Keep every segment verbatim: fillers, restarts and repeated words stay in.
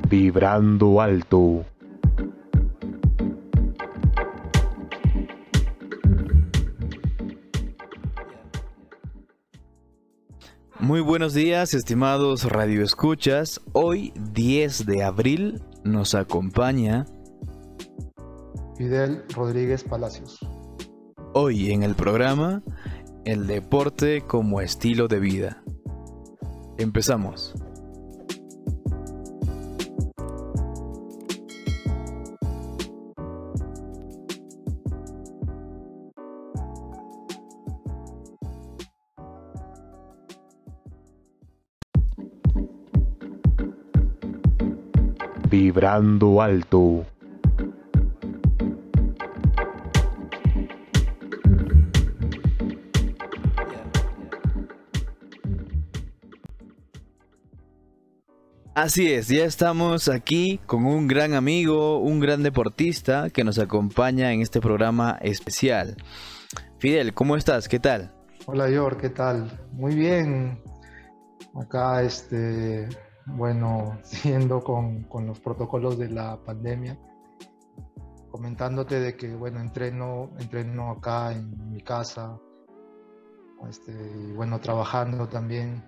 Vibrando alto. Muy buenos días, estimados radioescuchas. Hoy, diez de abril, nos acompaña Fidel Rodríguez Palacios. Hoy en el programa, el deporte como estilo de vida. Empezamos. Vibrando alto. Así es, ya estamos aquí con un gran amigo, un gran deportista que nos acompaña en este programa especial. Fidel, ¿cómo estás? ¿Qué tal? Hola, Yor, ¿qué tal? Muy bien. Acá, este, bueno, siguiendo con, con los protocolos de la pandemia, comentándote de que, bueno, entreno, entreno acá en mi casa, este, y bueno, trabajando también,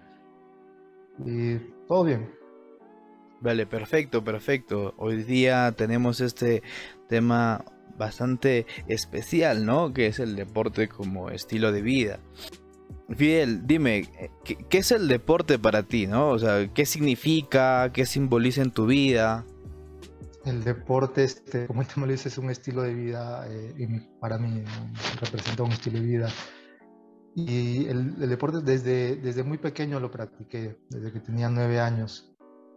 y todo bien. Vale, perfecto, perfecto. Hoy día tenemos este tema bastante especial, ¿no? Que es el deporte como estilo de vida. Fidel, dime, ¿qué, qué es el deporte para ti, no? O sea, ¿qué significa? ¿Qué simboliza en tu vida? El deporte, este, como tú me lo dices, es un estilo de vida, eh, y mi- para mí, ¿no? Representa un estilo de vida. Y el, el deporte desde, desde muy pequeño lo practiqué, desde que tenía nueve años.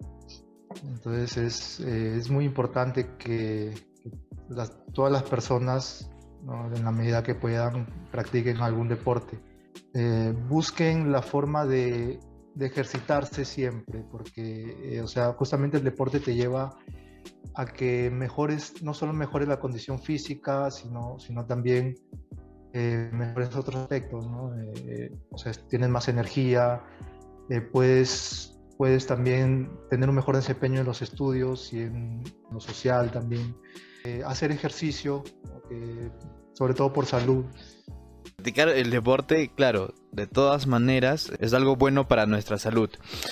Entonces es, eh, es muy importante que, que las, todas las personas, ¿no? En la medida que puedan, practiquen algún deporte. Eh, busquen la forma de, de ejercitarse siempre, porque, eh, o sea, justamente el deporte te lleva a que mejores, no solo mejores la condición física, sino, sino también eh, mejores otros aspectos, ¿no? Eh, o sea, tienes más energía, eh, puedes, puedes también tener un mejor desempeño en los estudios y en lo social también. Eh, hacer ejercicio, eh, sobre todo por salud. Practicar el deporte, claro, de todas maneras, es algo bueno para nuestra salud.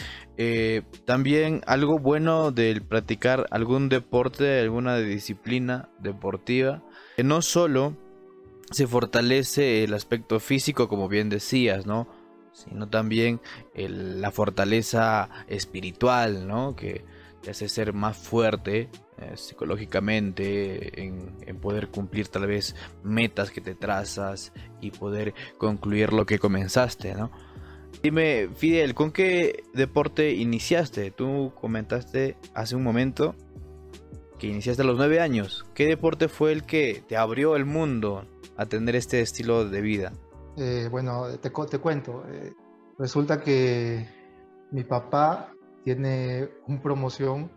Eh, también algo bueno del practicar algún deporte, alguna disciplina deportiva, que no solo se fortalece el aspecto físico, como bien decías, ¿no? Sino también el- la fortaleza espiritual, ¿no? Que te hace ser más fuerte eh, psicológicamente, en, en poder cumplir tal vez metas que te trazas y poder concluir lo que comenzaste, ¿no? Dime, Fidel, ¿con qué deporte iniciaste? Tú comentaste hace un momento que iniciaste a los nueve años. ¿Qué deporte fue el que te abrió el mundo a tener este estilo de vida? Eh, bueno, te, cu- te cuento, eh, resulta que mi papá tiene un promoción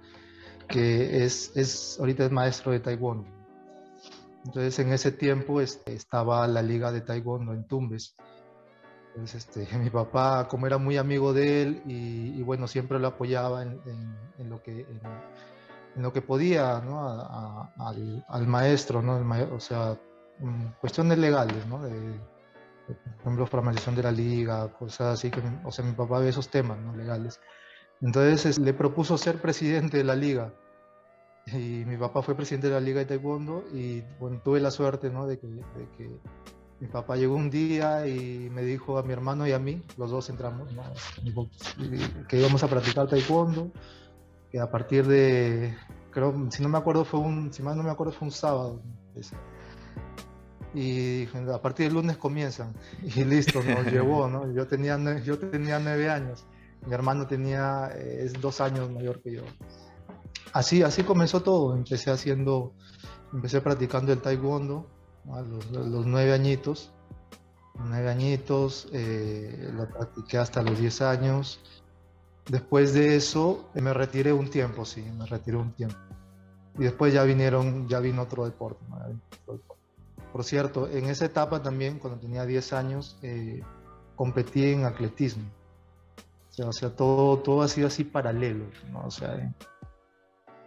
que es, es, ahorita es maestro de taekwondo. Entonces en ese tiempo este, estaba la liga de taekwondo en Tumbes. Entonces este, mi papá, como era muy amigo de él y, y bueno, siempre lo apoyaba en, en, en lo, que, en, en lo que podía, ¿no? A- a- al, al maestro, ¿no? El ma- o sea, mm, cuestiones legales, ¿no? De, por ejemplo, formalización de la liga, cosas así, que, o sea, mi papá ve esos temas, ¿no? Legales. Entonces es- le propuso ser presidente de la liga. Y mi papá fue presidente de la Liga de Taekwondo y bueno, tuve la suerte, ¿no? de, que, de que mi papá llegó un día y me dijo a mi hermano y a mí, los dos entramos, ¿no? Dijo que íbamos a practicar Taekwondo, que a partir de, creo, si no me acuerdo fue un, si mal no me acuerdo fue un sábado. Ese. Y dije, a partir del lunes comienzan. Y listo, nos llevó, ¿no? Yo tenía, nue- yo tenía nueve años, mi hermano tenía, eh, es dos años mayor que yo. Así, así comenzó todo. Empecé haciendo, empecé practicando el taekwondo, ¿no? a los, a los nueve añitos. Nueve añitos, eh, lo practiqué hasta los diez años. Después de eso me retiré un tiempo, sí, me retiré un tiempo. Y después ya vinieron, ya vino otro deporte, ¿no? Ya vino otro deporte. Por cierto, en esa etapa también, cuando tenía diez años, eh, competí en atletismo. O sea, o sea, todo, todo ha sido así paralelo, ¿no? O sea,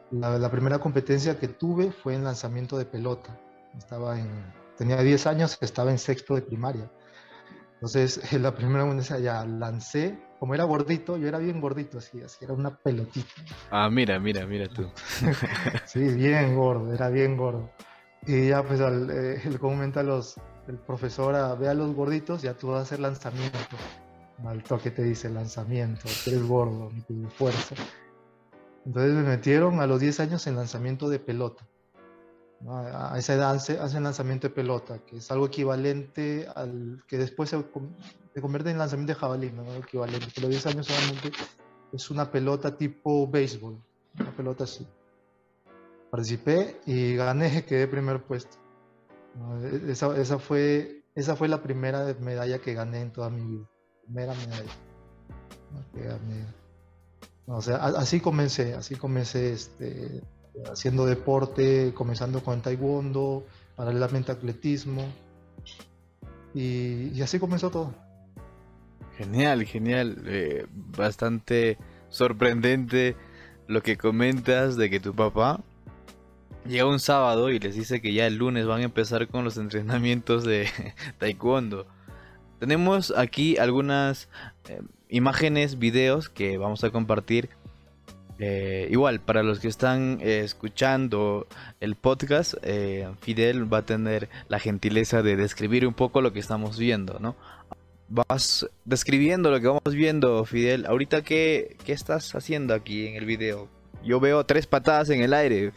La, la primera competencia que tuve fue en lanzamiento de pelota. Estaba en, tenía diez años, estaba en sexto de primaria. Entonces, en la primera competencia ya lancé, como era gordito, yo era bien gordito, así, así era una pelotita. Ah, mira, mira, mira tú. Sí, bien gordo, era bien gordo. Y ya pues al, eh, le comenta a los, el profesor a, ve a los gorditos, ya tú vas a hacer lanzamiento. Al toque te dice lanzamiento, tú eres gordo, no tienes fuerza. Entonces me metieron a los diez años en lanzamiento de pelota, ¿no? A a esa edad hace- hacen lanzamiento de pelota, que es algo equivalente al que después se, com- se convierte en lanzamiento de jabalí, ¿no? Algo equivalente. Pero diez años solamente es una pelota tipo béisbol, una pelota así. Participé y gané, quedé primer puesto. ¿No? E- Esa, esa fue, esa fue la primera medalla que gané en toda mi vida. Primera medalla, ¿no? Que gané. No, o sea, a- así comencé, así comencé este, haciendo deporte, comenzando con taekwondo, paralelamente atletismo, y, y así comenzó todo. Genial, genial. Eh, bastante sorprendente lo que comentas de que tu papá llega un sábado y les dice que ya el lunes van a empezar con los entrenamientos de taekwondo. Tenemos aquí algunas eh, imágenes, videos que vamos a compartir. Eh, igual, para los que están eh, escuchando el podcast, eh, Fidel va a tener la gentileza de describir un poco lo que estamos viendo, ¿no? Vas describiendo lo que vamos viendo, Fidel. Ahorita, ¿qué, qué estás haciendo aquí en el video? Yo veo tres patadas en el aire.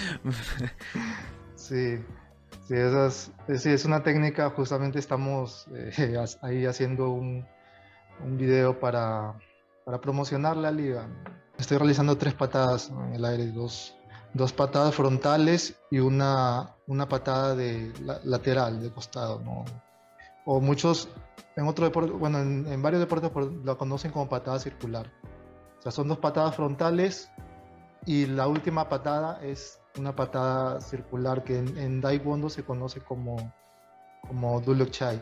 Sí, sí, esas, eh, sí, es una técnica, justamente estamos eh, ahí haciendo un, un video para, para promocionar la liga. Estoy realizando tres patadas, ¿no? En el aire, dos, dos patadas frontales y una, una patada de la- lateral, de costado, ¿no? O muchos, en otro deporte, bueno, en, en varios deportes por- la conocen como patada circular. O sea, son dos patadas frontales y la última patada es una patada circular que en, en Taekwondo se conoce como, como Dulok Chai.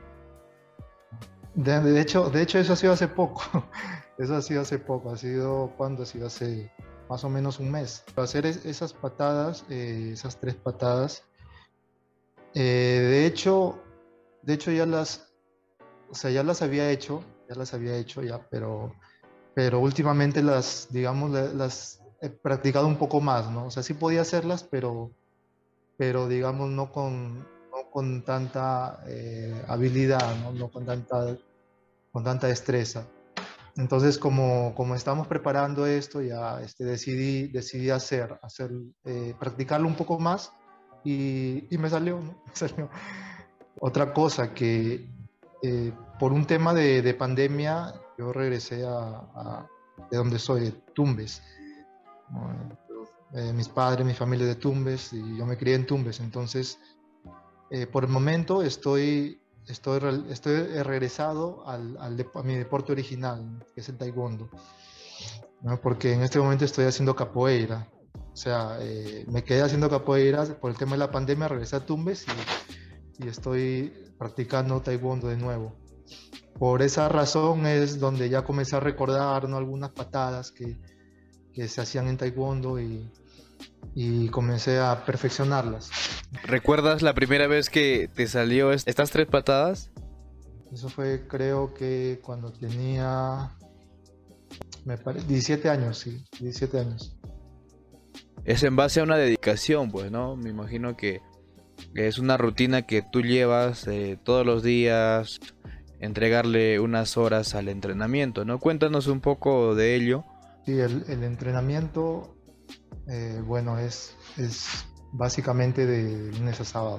De, de hecho, de hecho, eso ha sido hace poco. Eso ha sido hace poco. Ha sido, ¿cuándo? Ha sido hace más o menos un mes. Para hacer es- esas patadas, eh, esas tres patadas, eh, de hecho, de hecho ya las, o sea, ya las había hecho, ya las había hecho ya, pero, pero últimamente las, digamos, la- las he practicado un poco más, ¿no? O sea, sí podía hacerlas, pero, pero digamos, no con, no con tanta eh, habilidad, ¿no? No con tanta, con tanta destreza. Entonces, como, como estamos preparando esto, ya este, decidí, decidí hacer, hacer eh, practicarlo un poco más y, y me salió, ¿no? Me salió. Otra cosa que eh, por un tema de, de pandemia, yo regresé a, a- de donde soy, de Tumbes, ¿no? Eh, mis padres, mi familia de Tumbes y yo me crié en Tumbes. Entonces, eh, por el momento estoy, estoy, re- estoy he regresado al, al dep- a mi deporte original, que es el taekwondo, ¿no? Porque en este momento estoy haciendo capoeira. O sea, eh, me quedé haciendo capoeira por el tema de la pandemia, regresé a Tumbes y, y estoy practicando taekwondo de nuevo. Por esa razón es donde ya comencé a recordar, ¿no? Algunas patadas que, que se hacían en taekwondo y, y comencé a perfeccionarlas. ¿Recuerdas la primera vez que te salió est- estas tres patadas? Eso fue, creo que cuando tenía me pare- diecisiete años, sí, diecisiete años. Es en base a una dedicación, pues, ¿no? Me imagino que es una rutina que tú llevas eh, todos los días, entregarle unas horas al entrenamiento, ¿no? Cuéntanos un poco de ello. Sí, el, el entrenamiento, eh, bueno, es, es básicamente de lunes a sábado.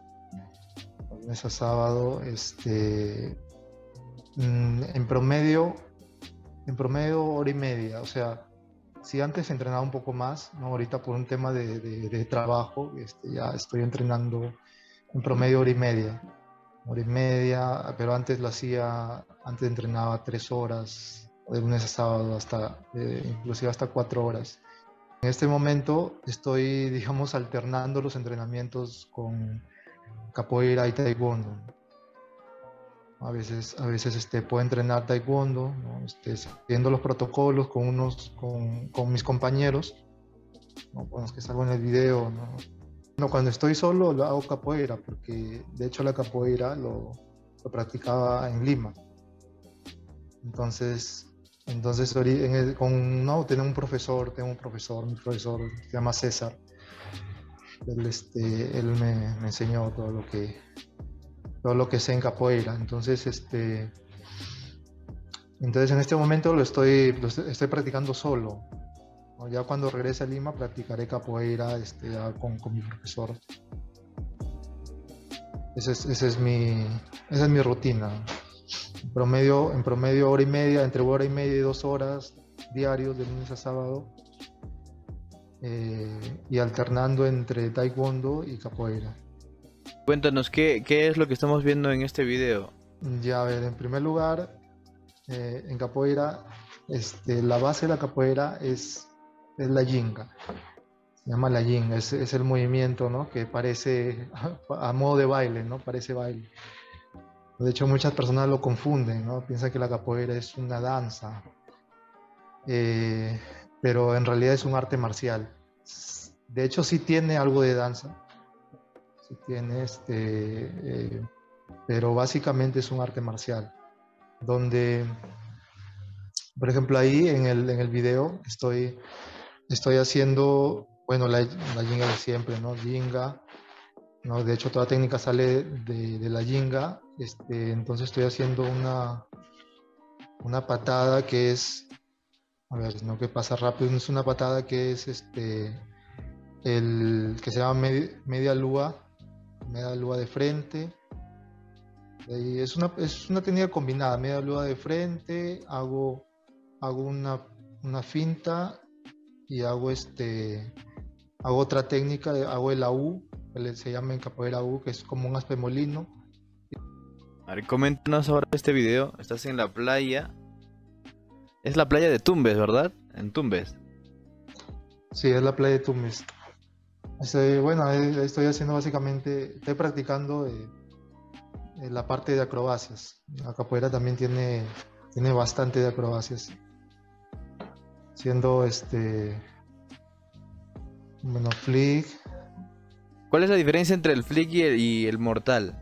De lunes a sábado, este, mm, en promedio, en promedio hora y media. O sea, si antes entrenaba un poco más, ¿no? Ahorita por un tema de, de- de trabajo, este, ya estoy entrenando en promedio hora y media. Hora y media, pero antes lo hacía, antes entrenaba tres horas, de lunes a sábado, hasta, eh, inclusive hasta cuatro horas. En este momento estoy, digamos, alternando los entrenamientos con capoeira y taekwondo. A veces, a veces este, puedo entrenar taekwondo, ¿no? Este, siguiendo los protocolos con, unos, con, con mis compañeros, ¿no? Con los que salgo en el video, ¿no? No, cuando estoy solo lo hago capoeira, porque de hecho la capoeira lo, lo practicaba en Lima. Entonces, entonces en el, con, no, tengo un profesor, tengo un profesor, mi profesor se llama César. Él, este, él me, me enseñó todo lo que todo lo que sé en capoeira. Entonces, este, entonces en este momento lo estoy, lo estoy, estoy practicando solo, ¿no? Ya cuando regrese a Lima practicaré capoeira este, ya con, con mi profesor. Esa es, ese es mi, esa es mi rutina. En promedio, en promedio hora y media, entre hora y media y dos horas diarios de lunes a sábado, eh, y alternando entre taekwondo y capoeira. Cuéntanos, ¿qué, qué es lo que estamos viendo en este video? Ya, a ver, en primer lugar, eh, en capoeira, este, la base de la capoeira es, es la yinga. Se llama la yinga, es, es el movimiento, ¿no? Que parece a, a modo de baile, ¿no? Parece baile. De hecho, muchas personas lo confunden, ¿no? Piensan que la capoeira es una danza, eh, pero en realidad es un arte marcial. De hecho, sí tiene algo de danza, sí tiene este, eh, pero básicamente es un arte marcial, donde, por ejemplo, ahí en el, en el video estoy, estoy haciendo, bueno, la, la yinga de siempre, ¿no? Yinga, ¿no? De hecho, toda técnica sale de, de la yinga, este, entonces estoy haciendo una, una patada que es, a ver, no que pasa rápido, es una patada que es este, el que se llama media, media lúa, media lúa de frente. Y es una, es una técnica combinada, media lúa de frente, hago, hago una, una finta y hago, este, hago otra técnica, hago el A U, que se llama en capoeira A U, que es como un aspemolino. A ver, coméntanos ahora este video. Estás en la playa. Es la playa de Tumbes, ¿verdad? En Tumbes. Sí, es la playa de Tumbes. Este, bueno, eh, estoy haciendo básicamente, estoy practicando eh, eh, la parte de acrobacias. La capoeira también tiene, tiene bastante de acrobacias. Siendo este, bueno, flick. ¿Cuál es la diferencia entre el flick y el, y el mortal?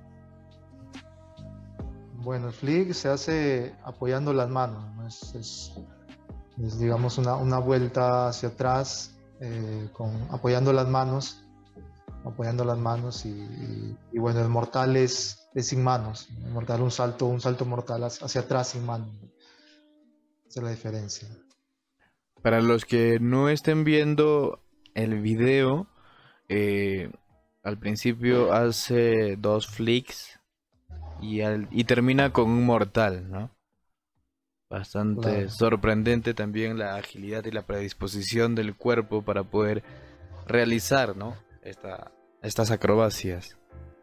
Bueno, el flick se hace apoyando las manos, ¿no? Es, es, es, digamos una, una vuelta hacia atrás, eh, con, apoyando las manos, apoyando las manos y, y, y bueno, el mortal es, es sin manos. El mortal, un salto, un salto mortal hacia atrás sin manos. Esa es la diferencia. Para los que no estén viendo el video, eh, al principio hace dos flicks y, al, y termina con un mortal, ¿no? Bastante Claro. sorprendente también la agilidad y la predisposición del cuerpo para poder realizar, ¿no? Esta, estas acrobacias.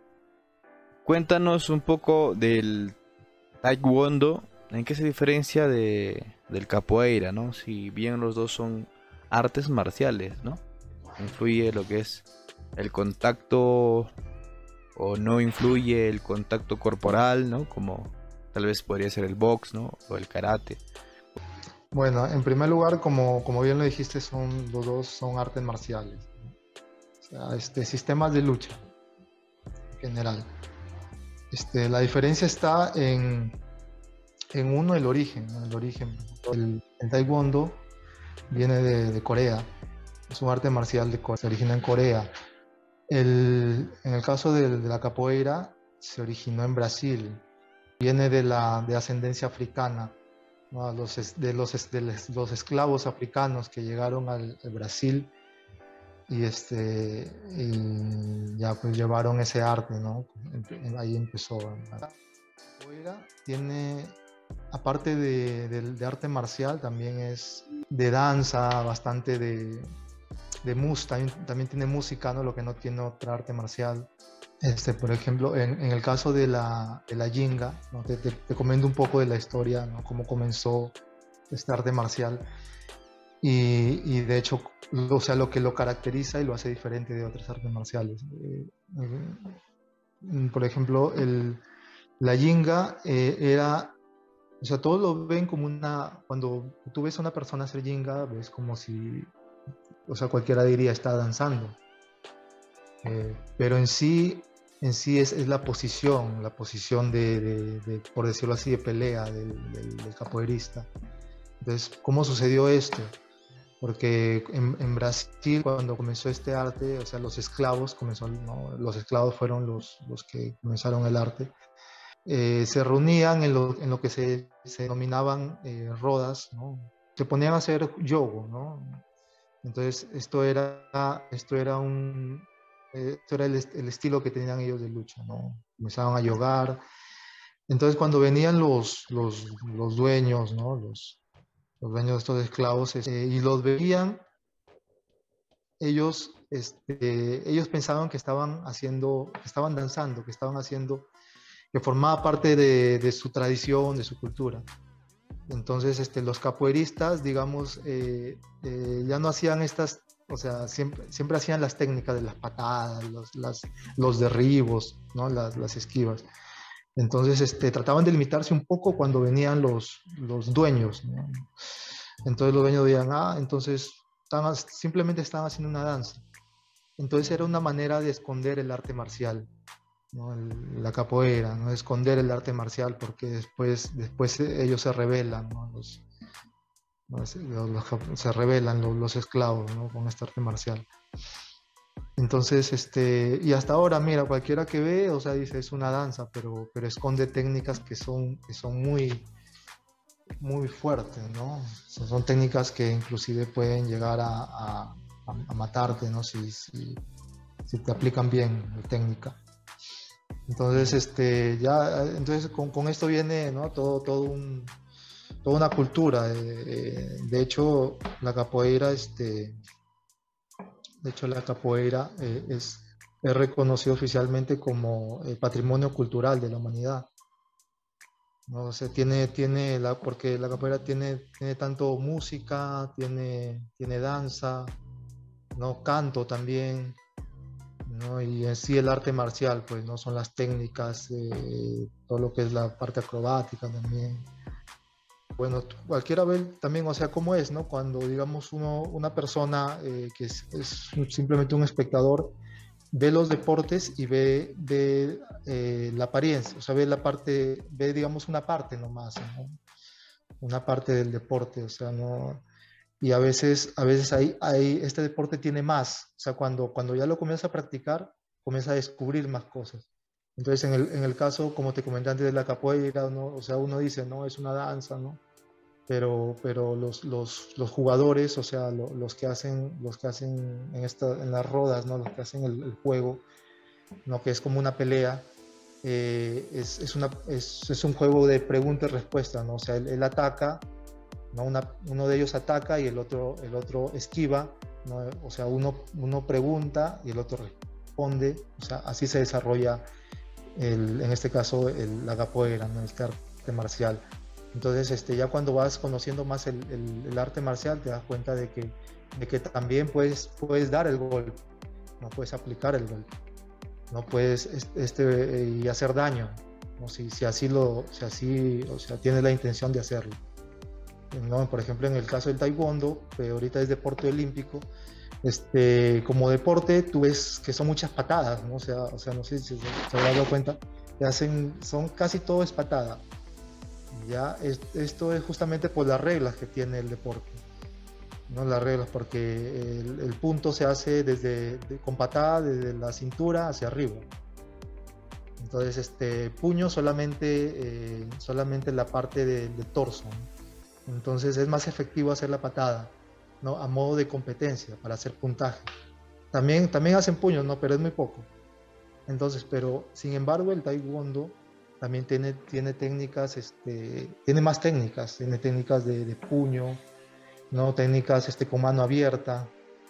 Cuéntanos un poco del taekwondo, ¿en qué se diferencia de, del capoeira, ¿no? Si bien los dos son artes marciales, ¿no? Influye lo que es el contacto o no influye el contacto corporal, ¿no? Como tal vez podría ser el box, ¿no? O el karate. Bueno, en primer lugar, como, como bien lo dijiste, son, los dos son artes marciales, ¿no? O sea, este, sistemas de lucha en general. Este, la diferencia está en, en uno, el origen, ¿no? El origen. El, el taekwondo viene de, de Corea, es un arte marcial de Corea, se origina en Corea. El, en el caso de, de la capoeira, se originó en Brasil, viene de la de ascendencia africana, ¿no? Los, de, los, de los esclavos africanos que llegaron al, al Brasil y, este, y ya pues llevaron ese arte, ¿no? Ahí empezó. La capoeira tiene, aparte de, de, de arte marcial, también es de danza, bastante de, de música, también, también tiene música, ¿no? Lo que no tiene otra arte marcial. Este, por ejemplo, en, en el caso de la, de la yinga, ¿no? te, te, te comento un poco de la historia, ¿no? Cómo comenzó este arte marcial y, y de hecho, o sea, lo que lo caracteriza y lo hace diferente de otras artes marciales. Eh, eh, por ejemplo, el, la yinga eh, era, o sea, todos lo ven como una, cuando tú ves a una persona hacer yinga, ves como si o sea, cualquiera diría está danzando. Eh, pero en sí, en sí es, es la posición, la posición de, de, de, por decirlo así, de pelea del, del, del capoeirista. Entonces, ¿cómo sucedió esto? Porque en, en Brasil, cuando comenzó este arte, o sea, los esclavos, comenzó, ¿no? Los esclavos fueron los, los que comenzaron el arte, eh, se reunían en lo, en lo que se, se denominaban eh, rodas, ¿no? Se ponían a hacer yogo, ¿no? Entonces, esto era, esto era, un, eh, esto era el, el estilo que tenían ellos de lucha, ¿no? Comenzaban a yogar. Entonces, cuando venían los, los, los dueños, ¿no? Los, los dueños de estos esclavos, este, y los veían, ellos, este, ellos pensaban que estaban haciendo, que estaban danzando, que estaban haciendo, que formaba parte de, de su tradición, de su cultura. Entonces, este, los capoeiristas, digamos, eh, eh, ya no hacían estas, o sea, siempre, siempre hacían las técnicas de las patadas, los, las, los derribos, ¿no? Las, las esquivas. Entonces, este, trataban de limitarse un poco cuando venían los, los dueños, ¿no? Entonces los dueños veían, ah, entonces estaban, simplemente estaban haciendo una danza. Entonces era una manera de esconder el arte marcial, ¿no? El, la capoeira, ¿no? Esconder el arte marcial, porque después, después ellos se rebelan, ¿no? Los, los, los, los, se rebelan los, los esclavos, ¿no? Con este arte marcial. Entonces, este, y hasta ahora, mira, cualquiera que ve, o sea, dice, es una danza, pero, pero esconde técnicas que son, que son muy, muy fuertes, ¿no? O sea, son técnicas que inclusive pueden llegar a, a, a matarte, ¿no? Si, si, si te aplican bien la técnica. Entonces, este, ya, entonces con, con esto viene, ¿no? Todo, todo un, toda una cultura. Eh, de hecho, la capoeira, este, de hecho, la capoeira eh, es, es reconocido oficialmente como eh, patrimonio cultural de la humanidad, ¿no? O sea, tiene, tiene la, porque la capoeira tiene, tiene tanto música, tiene, tiene danza, ¿no? Canto también, ¿no? Y en sí el arte marcial, pues, ¿no? Son las técnicas, eh, todo lo que es la parte acrobática también. Bueno, cualquiera ve también, o sea, cómo es, ¿no? Cuando, digamos, uno, una persona eh, que es, es simplemente un espectador, ve los deportes y ve, ve eh, la apariencia, o sea, ve la parte, ve, digamos, una parte nomás, ¿no? Una parte del deporte, o sea, no... Y a veces, a veces ahí, ahí este deporte tiene más, o sea, cuando, cuando ya lo comienza a practicar, comienza a descubrir más cosas. Entonces, en el, en el caso, como te comenté antes de la capoeira, ¿no? O sea, uno dice, no, es una danza, ¿no? Pero, pero los, los, los jugadores, o sea, lo, los que hacen, los que hacen en, esta, en las rodas, ¿no? Los que hacen el, el juego, ¿no? Que es como una pelea, eh, es, es, una, es, es un juego de pregunta y respuesta, ¿no? O sea, él, él ataca, ¿no? Una, uno de ellos ataca y el otro, el otro esquiva, ¿no? O sea, uno, uno pregunta y el otro responde, o sea, así se desarrolla, el, en este caso, el, la capoeira, ¿no? Este arte marcial. Entonces, este, ya cuando vas conociendo más el, el, el arte marcial, te das cuenta de que, de que también puedes, puedes dar el golpe, no puedes aplicar el golpe, no puedes este, y hacer daño, ¿no? Si, si así lo, si así, o sea, tienes la intención de hacerlo, ¿no? Por ejemplo, en el caso del taekwondo, que ahorita es deporte olímpico, este, como deporte, tú ves que son muchas patadas, ¿no? O sea, o sea, no sé si se, se habrá dado cuenta, que hacen, son casi todo es patada. Ya, esto es justamente por las reglas que tiene el deporte, ¿no? Las reglas, porque el, el punto se hace desde, de, con patada desde la cintura hacia arriba. Entonces, este puño solamente, eh, solamente la parte del de torso, ¿no? Entonces es más efectivo hacer la patada, ¿no? A modo de competencia, para hacer puntaje. También, también hacen puños, ¿no? Pero es muy poco. Entonces, pero sin embargo el taekwondo también tiene, tiene técnicas, este, tiene más técnicas, tiene técnicas de, de puño, ¿no? Técnicas este, con mano abierta.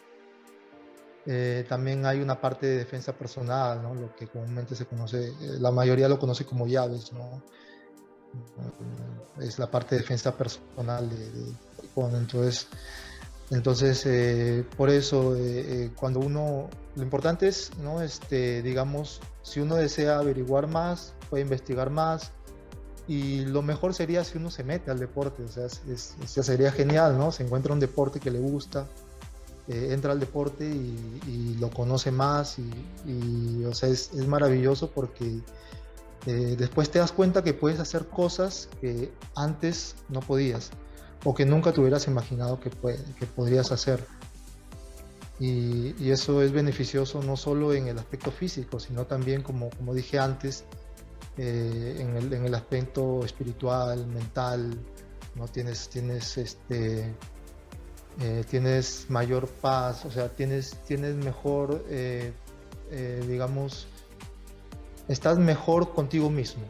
Eh, también hay una parte de defensa personal, ¿no? Lo que comúnmente se conoce, la mayoría lo conoce como llaves, ¿no? Es la parte de defensa personal de, de, bueno, entonces, entonces eh, por eso eh, eh, cuando uno, lo importante es, ¿no? Este, digamos, si uno desea averiguar más, puede investigar más, y lo mejor sería si uno se mete al deporte, o sea, es, es, o sea, sería genial, ¿no? Se encuentra un deporte que le gusta, eh, entra al deporte y, y lo conoce más y, y, o sea, es, es maravilloso porque eh, después te das cuenta que puedes hacer cosas que antes no podías o que nunca te hubieras imaginado que, puede, que podrías hacer. Y, y eso es beneficioso no solo en el aspecto físico, sino también, como, como dije antes, eh, en, el, en el aspecto espiritual, mental, ¿no? Tienes, tienes, este, eh, tienes mayor paz, o sea, tienes, tienes mejor, eh, eh, digamos, estás mejor contigo mismo.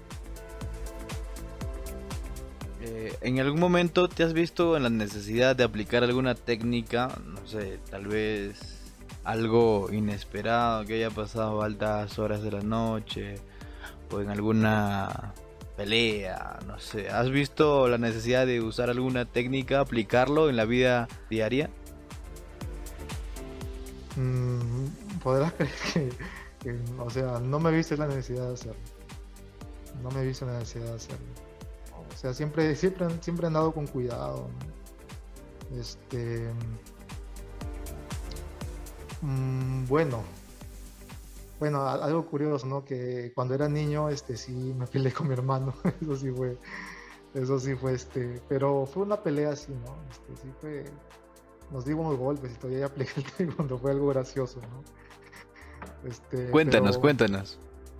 Eh, ¿En algún momento te has visto en la necesidad de aplicar alguna técnica? No sé, tal vez algo inesperado que haya pasado a altas horas de la noche o en alguna pelea, no sé. ¿Has visto la necesidad de usar alguna técnica, aplicarlo en la vida diaria? Mm, podrás creer que, que, o sea, no me he visto la necesidad de hacerlo. No me he visto la necesidad de hacerlo. O sea, siempre, siempre, siempre he andado con cuidado, ¿no? Este, mm, bueno, bueno, a- algo curioso, ¿no? Que cuando era niño, este, sí me peleé con mi hermano. Eso sí fue, eso sí fue, este, pero fue una pelea así, ¿no? Este, sí fue, nos dimos golpes y todavía apliqué el taekwondo, fue algo gracioso, ¿no? Este, Cuéntanos, pero, cuéntanos.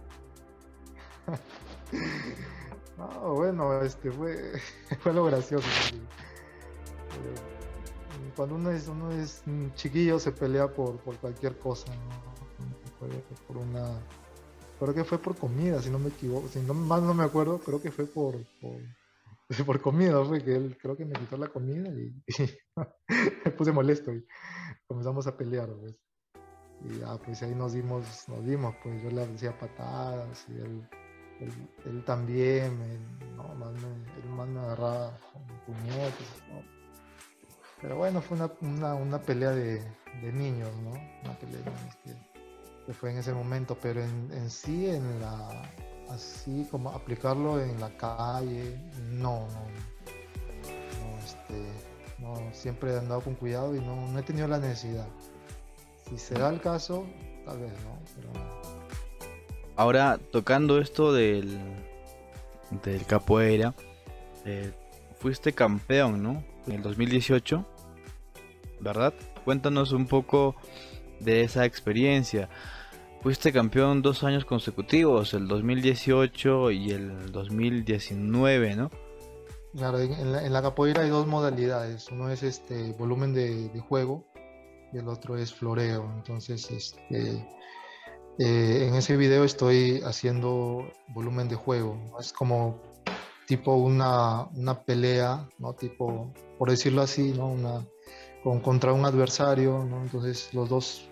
no, bueno, este, fue, fue algo gracioso, sí. Eh, Cuando uno es, uno es un chiquillo se pelea por, por cualquier cosa, ¿no? Fue por una, creo que fue por comida, si no me equivoco, si no más no me acuerdo, creo que fue por, por, por comida, fue que él creo que me quitó la comida y, y me puse molesto y comenzamos a pelear, pues. Y ya, pues ahí nos dimos, nos dimos, pues yo le hacía patadas y él, él, él también, me, no, más me, él más me agarraba con puñetes, ¿no? Pero bueno, fue una, una, una pelea de, de niños, ¿no? Una pelea de niños que, que fue en ese momento, pero en, en sí, en la, así como aplicarlo en la calle, no, no, no, este, no, siempre he andado con cuidado y no, no he tenido la necesidad. Si será el caso, tal vez, ¿no? Pero no. Ahora, tocando esto del, del capoeira, eh, fuiste campeón, ¿no? En el dos mil dieciocho, ¿verdad? Cuéntanos un poco de esa experiencia. Fuiste campeón dos años consecutivos, el dos mil dieciocho y el dos mil diecinueve, ¿no? Claro, en, en la, en la capoeira hay dos modalidades. Uno es este volumen de, de juego y el otro es floreo. Entonces, este, eh, en ese video estoy haciendo volumen de juego, ¿no? Es como tipo una, una pelea, ¿no? Tipo, por decirlo así, ¿no? Una, con, contra un adversario, ¿no? Entonces los dos,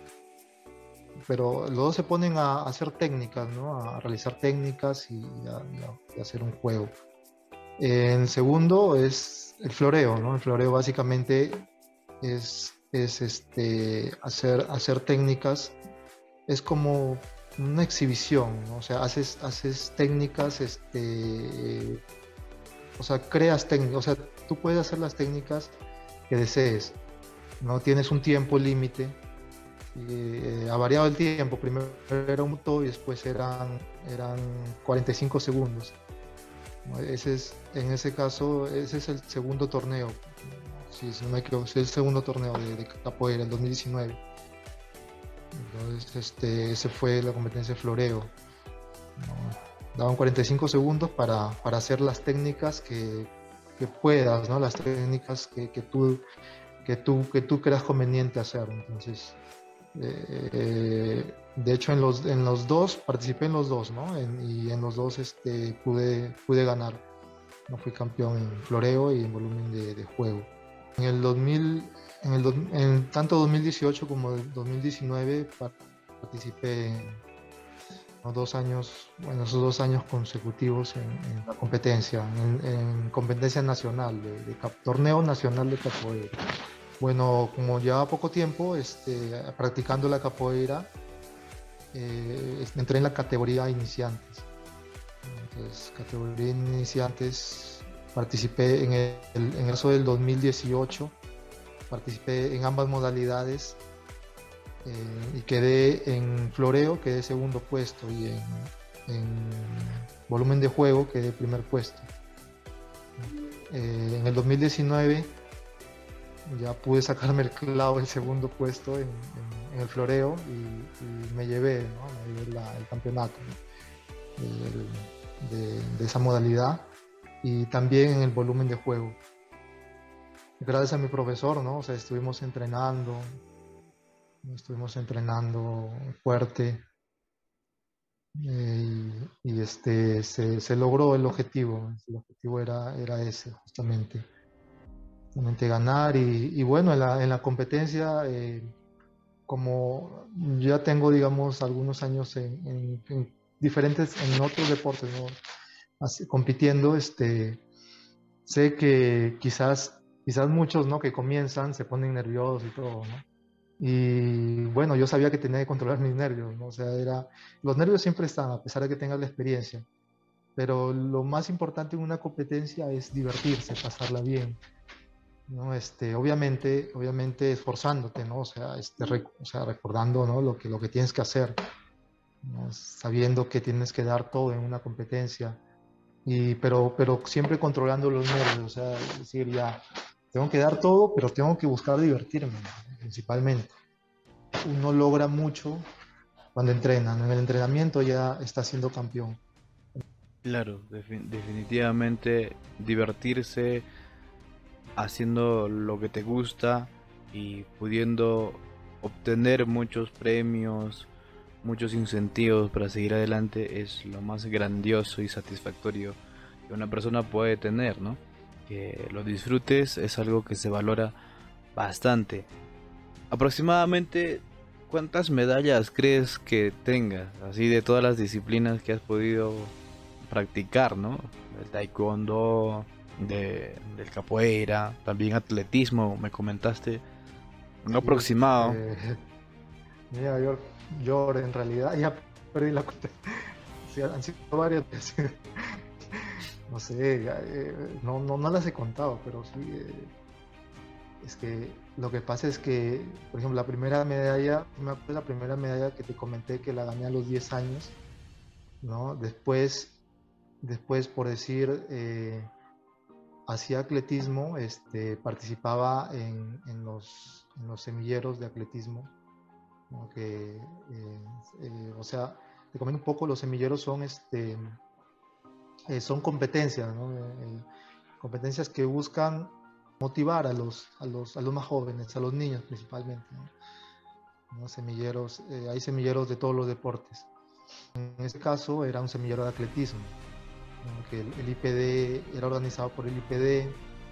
pero los dos se ponen a, a hacer técnicas, ¿no? A realizar técnicas y, y a, y a- y a hacer un juego. El segundo es el floreo, ¿no? El floreo básicamente es, es este, hacer, hacer técnicas, es como una exhibición, ¿no? O sea, haces, haces técnicas, este, o sea, creas técnicas, o sea, tú puedes hacer las técnicas que desees, no tienes un tiempo límite, eh, ha variado el tiempo, primero era un minuto y después eran, eran cuarenta y cinco segundos. ¿No? Ese es, en ese caso, ese es el segundo torneo, si, si no me equivoco, es el segundo torneo de, de capoeira, el dos mil diecinueve. Entonces, este, ese fue la competencia de floreo, ¿no? Daban cuarenta y cinco segundos para, para hacer las técnicas que, que puedas, ¿no? Las técnicas que, que, tú, que, tú, que tú creas conveniente hacer. Entonces, eh, de hecho, en los, en los dos, participé en los dos, ¿no? En, y en los dos este, pude, pude ganar. No fui campeón en floreo y en volumen de, de juego. En el dos mil, en el, dos- en tanto dos mil dieciocho como el dos mil diecinueve par- participé en los dos años, bueno, esos dos años consecutivos en, en la competencia, en, en competencia nacional, de, de cap- torneo nacional de capoeira. Bueno, como llevaba poco tiempo este, practicando la capoeira, eh, entré en la categoría iniciantes. Entonces, categoría iniciantes, participé en el, en eso del dos mil dieciocho participé en ambas modalidades eh, y quedé en floreo, quedé segundo puesto, y en, en volumen de juego quedé primer puesto. Eh, en el dos mil diecinueve ya pude sacarme el clavo, el segundo puesto en, en, en el floreo, y, y me llevé, ¿no? me llevé la, el campeonato, ¿no? el, de, de esa modalidad, y también en el volumen de juego. Gracias a mi profesor, ¿no? O sea, estuvimos entrenando, estuvimos entrenando fuerte, eh, y, y este, se, se logró el objetivo. El objetivo era, era ese, justamente. Justamente ganar, y, y bueno, en la, en la competencia, eh, como ya tengo, digamos, algunos años en, en, en diferentes, en otros deportes, ¿no? Así, compitiendo, este, sé que quizás, quizás muchos, ¿no? que comienzan se ponen nerviosos y todo, ¿no? Y bueno, yo sabía que tenía que controlar mis nervios, ¿no? O sea, era, los nervios siempre están, a pesar de que tengas la experiencia, pero lo más importante en una competencia es divertirse, pasarla bien, ¿no? Este, obviamente, obviamente esforzándote, ¿no? O sea, este, rec- o sea, recordando, ¿no? lo que, lo que tienes que hacer, ¿no? Sabiendo que tienes que dar todo en una competencia, y, pero, pero siempre controlando los nervios, o sea, es decir, ya, tengo que dar todo, pero tengo que buscar divertirme, ¿no? Principalmente. Uno logra mucho cuando entrena, ¿no? En el entrenamiento ya está siendo campeón. Claro, defi- definitivamente divertirse haciendo lo que te gusta y pudiendo obtener muchos premios, muchos incentivos para seguir adelante es lo más grandioso y satisfactorio que una persona puede tener, ¿no? Que lo disfrutes es algo que se valora bastante. Aproximadamente, ¿cuántas medallas crees que tengas? Así de todas las disciplinas que has podido practicar, ¿no? El taekwondo, de, del capoeira, también atletismo, me comentaste. Un Sí, aproximado. eh, mira, yo, yo en realidad ya perdí la cuenta. Sí, han sido varias veces. No sé, ya, eh, no, no, no las he contado, pero sí. eh, es que lo que pasa es que, por ejemplo, la primera medalla, me acuerdo la primera medalla que te comenté que la gané a los diez años, ¿no? Después, después por decir, eh, hacía atletismo, este, participaba en, en los, en los semilleros de atletismo, ¿no? Que, eh, eh, o sea, te comento un poco, los semilleros son, este, eh, son competencias, ¿no? Eh, competencias que buscan motivar a los, a los, a los más jóvenes, a los niños principalmente, ¿no? ¿No? Semilleros, eh, hay semilleros de todos los deportes. En este caso era un semillero de atletismo, ¿no? Que el, el I P D era organizado por el I P D,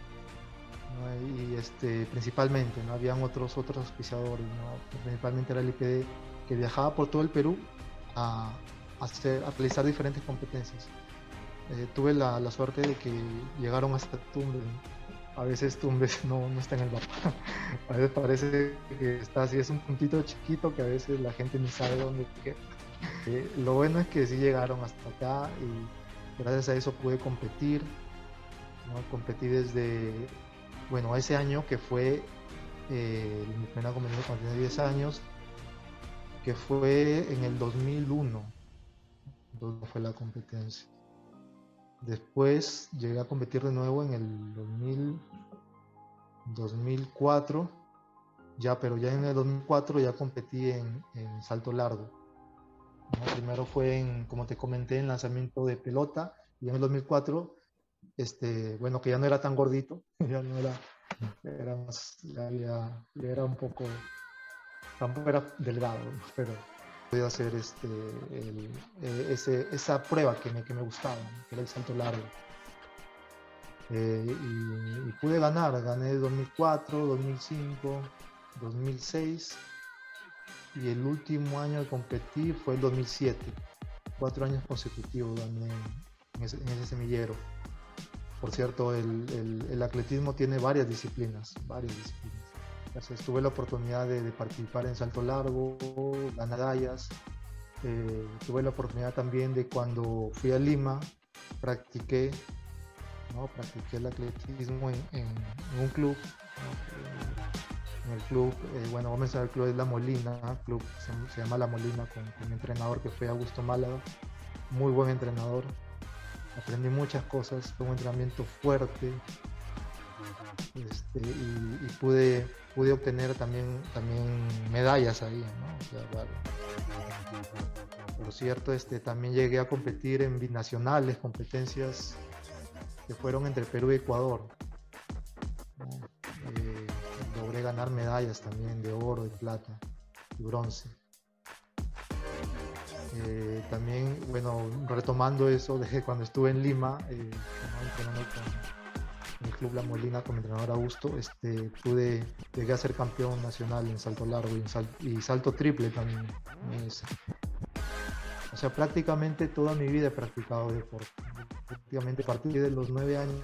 ¿no? Y este, principalmente, ¿no? Habían otros, otros auspiciadores, ¿no? Principalmente era el I P D, que viajaba por todo el Perú a, a, hacer, a realizar diferentes competencias. Eh, tuve la, la, suerte de que llegaron hasta Tumbes, ¿no? A veces Tumbes no, no está en el mapa. A veces parece que está así, es un puntito chiquito que a veces la gente ni sabe dónde queda. Eh, lo bueno es que sí llegaron hasta acá, y gracias a eso pude competir, ¿no? Competí desde, bueno, ese año que fue eh, mi primera competencia cuando tenía diez años, que fue en el dos mil uno, donde fue la competencia. Después llegué a competir de nuevo en el dos mil, dos mil cuatro, ya, pero ya en el dos mil cuatro ya competí en, en salto largo, ¿no? Primero fue, en, como te comenté, en lanzamiento de pelota, y en el dos mil cuatro, este, bueno, que ya no era tan gordito, ya no era, era más, ya, ya, ya era un poco, tampoco era delgado, ¿no? Pero podía hacer este, el, eh, ese, esa prueba que me, que me gustaba, ¿no? Que era el salto largo. Eh, y, y pude ganar, gané dos mil cuatro, dos mil cinco, dos mil seis, y el último año que competí fue el dos mil siete. Cuatro años consecutivos gané en ese, en ese semillero. Por cierto, el, el, el atletismo tiene varias disciplinas, varias disciplinas. Entonces, tuve la oportunidad de, de participar en salto largo, ganar medallas. Eh, tuve la oportunidad también de, cuando fui a Lima, practiqué, ¿no? Practiqué el atletismo en, en, en un club, ¿no? en el club, eh, bueno, vamos a mencionar el club es La Molina, club se, se llama La Molina, con, con mi entrenador que fue Augusto Málaga, muy buen entrenador, aprendí muchas cosas, fue un entrenamiento fuerte, este, y, y pude, pude obtener también, también medallas ahí, ¿no? O sea, vale. Por cierto, este, también llegué a competir en binacionales, competencias que fueron entre Perú y Ecuador, ¿no? Eh, logré ganar medallas también de oro, de plata y bronce. Eh, también, bueno, retomando eso de cuando estuve en Lima, eh, ¿no? entrenando con el Club La Molina con mi entrenador Augusto, este, pude, llegué a ser campeón nacional en salto largo y, en sal, y salto triple también. Es, o sea, prácticamente toda mi vida he practicado deporte. Prácticamente a partir de los nueve años,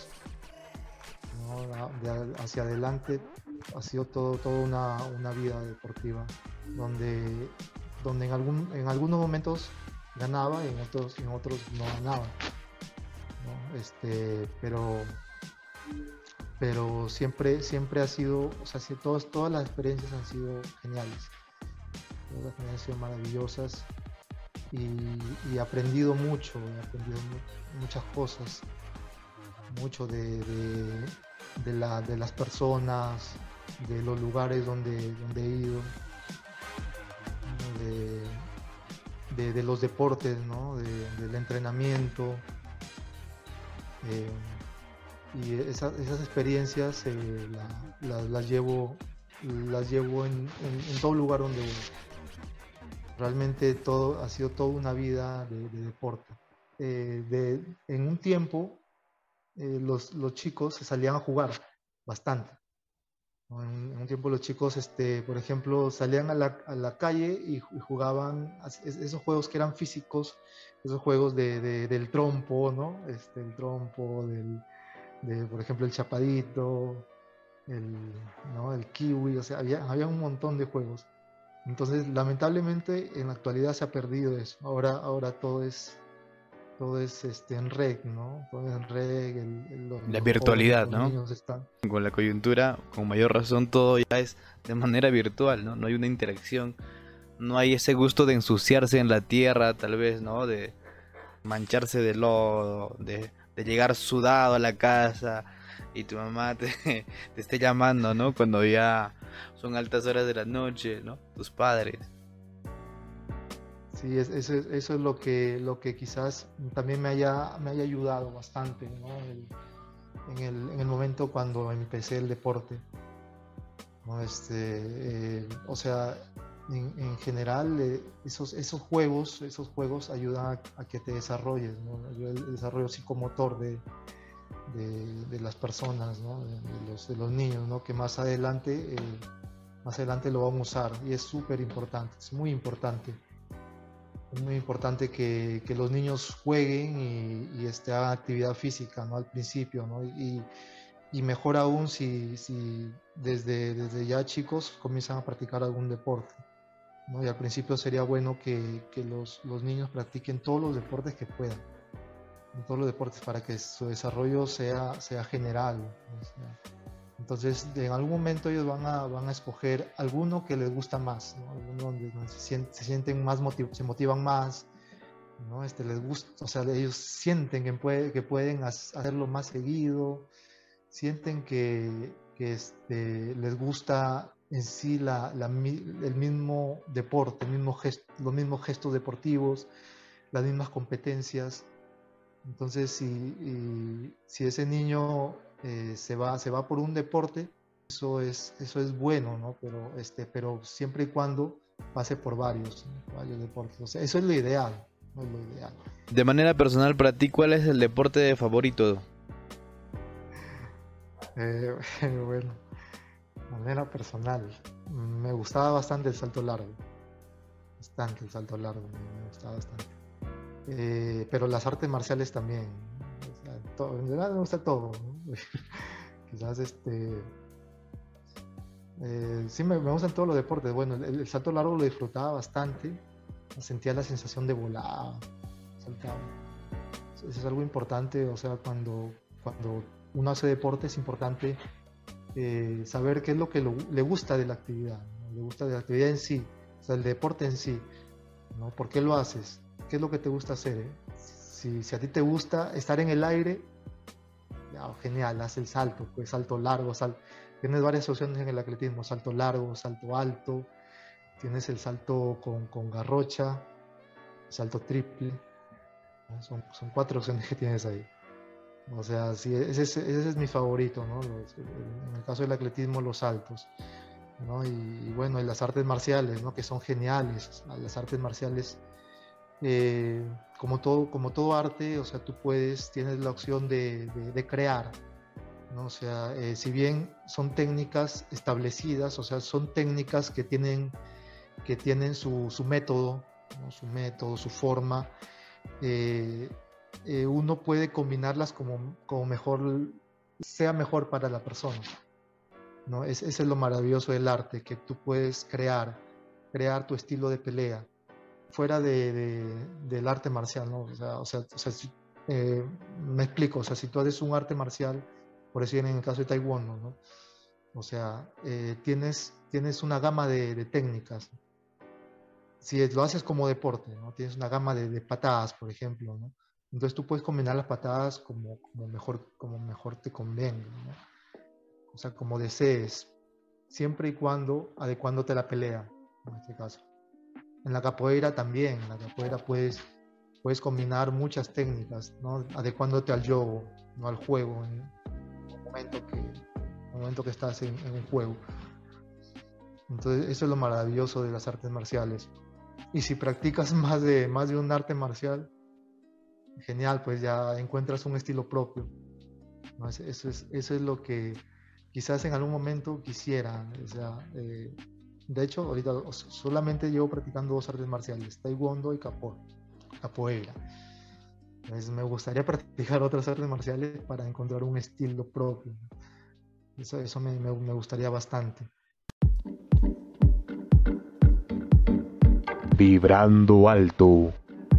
¿no? de, hacia adelante ha sido todo, toda una, una vida deportiva, donde, donde en, algún, en algunos momentos ganaba y en otros, en otros no ganaba, ¿no? Este, pero, pero siempre, siempre ha sido, o sea, si todas, todas las experiencias han sido geniales, todas las experiencias han sido maravillosas. Y, y he aprendido mucho, he aprendido mu muchas cosas, mucho de, de, de, la, de las personas, de los lugares donde, donde he ido, ¿no? de, de, de los deportes, ¿no? de, del entrenamiento. Eh, y esa, esas experiencias eh, la, la, las llevo, las llevo en, en, en todo lugar donde voy. Realmente todo ha sido toda una vida de, de deporte. Eh, de, en un tiempo eh, los, los chicos se salían a jugar bastante, ¿no? En, en un tiempo los chicos, este, por ejemplo, salían a la, a la calle y, y jugaban esos juegos que eran físicos, esos juegos de, de, del trompo, ¿no? Este, el trompo, del, de, por ejemplo, el chapadito, el, ¿no? el kiwi, o sea, había, había un montón de juegos. Entonces, lamentablemente, en la actualidad se ha perdido eso. Ahora, ahora todo es, todo es este, en red, ¿no? Todo es en red. El, el, los, La los virtualidad, jóvenes, los ¿no? niños están. Con la coyuntura, con mayor razón, todo ya es de manera virtual, ¿no? No hay una interacción, no hay ese gusto de ensuciarse en la tierra, tal vez, ¿no? De mancharse de lodo, de, de llegar sudado a la casa y tu mamá te, te esté llamando, ¿no? Cuando ya son altas horas de la noche, ¿no? Tus padres. Sí, es, eso, es, eso es lo que, lo que quizás también me haya, me haya ayudado bastante, ¿no? El, en, el, en el momento cuando empecé el deporte, ¿no? Este, eh, o sea, en, en general eh, esos, esos juegos, esos juegos ayudan a, a que te desarrolles, ¿no? El desarrollo psicomotor de, de, de las personas, ¿no? de, de, los, de los niños, ¿no? Que más adelante, eh, más adelante lo van a usar y es súper importante, es muy importante. Es muy importante que, que los niños jueguen y, y este, hagan actividad física, ¿no? Al principio, ¿no? Y, y mejor aún si, si desde, desde ya chicos comienzan a practicar algún deporte, ¿no? Y al principio sería bueno que, que los, los niños practiquen todos los deportes que puedan, todos los deportes para que su desarrollo sea, sea general, ¿no? O sea, entonces en algún momento ellos van a, van a escoger alguno que les gusta más, ¿no? Alguno donde, donde se, sienten, se sienten más, motiv se motivan más, ¿no? Este, les gusta, o sea, ellos sienten que, puede, que pueden hacerlo más seguido, sienten que, que este, les gusta en sí la, la, el mismo deporte, el mismo gesto, los mismos gestos deportivos, las mismas competencias. Entonces, si, y, si ese niño eh, se, va, se va por un deporte, eso es, eso es bueno, ¿no? Pero, este, pero siempre y cuando pase por varios, ¿no? varios deportes. O sea, eso es lo ideal, ¿no? Es lo ideal. De manera personal, para ti, ¿cuál es el deporte favorito? Eh, bueno, de manera personal, me gustaba bastante el salto largo. Bastante el salto largo, me gustaba bastante. Eh, pero las artes marciales también, o sea, todo, en general me gusta todo, ¿no? Quizás este eh, sí me, me gustan todos los deportes. Bueno, el, el salto largo lo disfrutaba bastante, sentía la sensación de volar, saltaba. Eso es algo importante, o sea, cuando, cuando uno hace deporte es importante eh, saber qué es lo que lo, le gusta de la actividad, ¿no? Le gusta de la actividad en sí, o sea, el deporte en sí, ¿no? ¿Por qué lo haces? ¿Qué es lo que te gusta hacer? eh? Si, si a ti te gusta estar en el aire, ya, genial, haz el salto, pues salto largo, sal... tienes varias opciones en el atletismo, salto largo, salto alto, tienes el salto con, con garrocha, salto triple, ¿no? Son, son cuatro opciones que tienes ahí. O sea, sí, ese, es, ese es mi favorito, ¿no? Los, en el caso del atletismo, los saltos, ¿no? Y, y bueno, y las artes marciales, ¿no? Que son geniales. Las artes marciales, eh, como, todo, como todo arte, o sea, tú puedes, tienes la opción de, de, de crear, ¿no? O sea, eh, si bien son técnicas establecidas, o sea, son técnicas que tienen, que tienen su, su método, ¿no? Su método, su forma. Eh, eh, uno puede combinarlas como, como mejor sea mejor para la persona, ¿no? Es, ese es lo maravilloso del arte, que tú puedes crear, crear tu estilo de pelea fuera de, de, del arte marcial, ¿no? O sea, o sea, o sea si, eh, me explico, o sea, si tú haces un arte marcial, por decir en el caso de Taekwondo, ¿no? O sea, eh, tienes, tienes una gama de, de técnicas. Si lo haces como deporte, ¿no? Tienes una gama de, de patadas, por ejemplo, ¿no? Entonces tú puedes combinar las patadas como, como, mejor, como mejor te convenga, ¿no? O sea, como desees, siempre y cuando adecuándote a la pelea, en este caso. En la capoeira también, en la capoeira puedes, puedes combinar muchas técnicas, ¿no? Adecuándote al juego, no al juego, en el momento que, en el momento que estás en, en un juego. Entonces eso es lo maravilloso de las artes marciales. Y si practicas más de, más de un arte marcial, genial, pues ya encuentras un estilo propio, ¿no? Eso es, eso es lo que quizás en algún momento quisiera. O sea, eh, de hecho, ahorita solamente llevo practicando dos artes marciales, Taekwondo y capo, capoeira. Entonces me gustaría practicar otras artes marciales para encontrar un estilo propio. Eso, eso me, me, me gustaría bastante. Vibrando alto.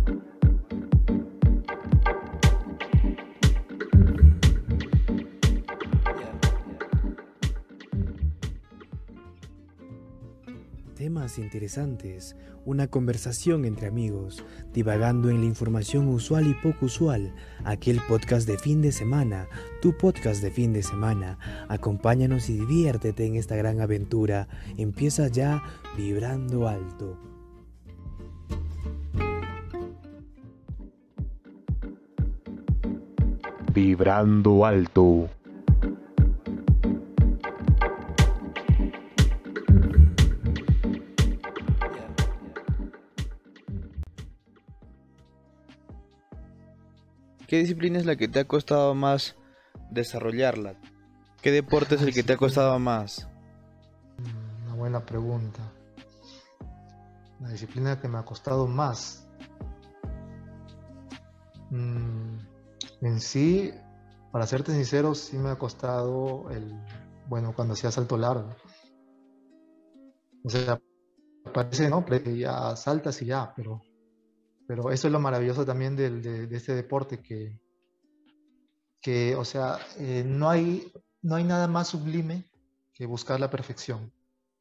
Temas interesantes, una conversación entre amigos, divagando en la información usual y poco usual, aquel podcast de fin de semana, tu podcast de fin de semana. Acompáñanos y diviértete en esta gran aventura. Empieza ya Vibrando Alto. Vibrando alto. ¿Qué disciplina es la que te ha costado más desarrollarla? ¿Qué deporte es el que te ha costado más? Una buena pregunta. La disciplina que me ha costado más. Mm, en sí, para serte sincero, sí me ha costado el, bueno, cuando hacía salto largo. O sea, parece, ¿no? Que ya saltas y ya, pero, pero eso es lo maravilloso también del, de, de este deporte, que, que o sea, eh, no hay, no hay nada más sublime que buscar la perfección.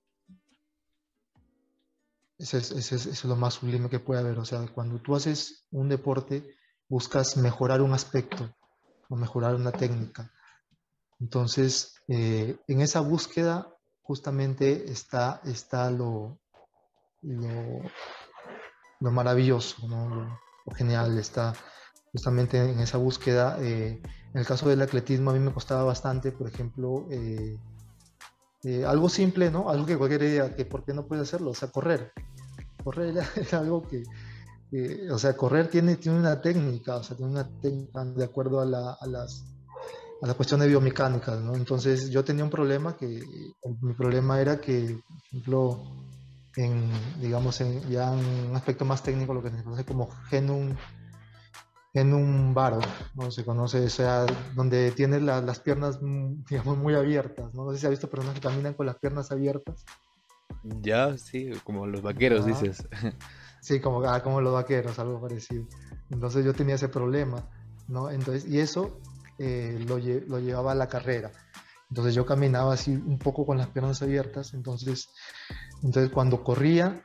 Eso es, eso es, eso es lo más sublime que puede haber. O sea, cuando tú haces un deporte, buscas mejorar un aspecto o mejorar una técnica. Entonces, eh, en esa búsqueda justamente está, está lo, lo, lo maravilloso, ¿no? Lo, lo genial está justamente en esa búsqueda. Eh, en el caso del atletismo a mí me costaba bastante, por ejemplo, eh, eh, algo simple, ¿no? Algo que cualquiera diría que ¿por qué no puedes hacerlo? O sea, correr. Correr era, era algo que, que, o sea, correr tiene, tiene una técnica, o sea, tiene una técnica de acuerdo a, la, a las a la cuestión de biomecánica, ¿no? Entonces yo tenía un problema que, mi problema era que, por ejemplo, en, digamos, en, ya en un aspecto más técnico, lo que se conoce como genum, genum varo, ¿no? Se conoce, o sea, donde tienes la, las piernas, digamos, muy abiertas, ¿no? No sé si has visto personas que caminan con las piernas abiertas. Ya, sí, como los vaqueros, Ah, dices. sí, como, ah, como los vaqueros, algo parecido. Entonces yo tenía ese problema, ¿no? Entonces, y eso eh, lo, lle lo llevaba a la carrera. Entonces yo caminaba así un poco con las piernas abiertas, entonces, entonces cuando corría,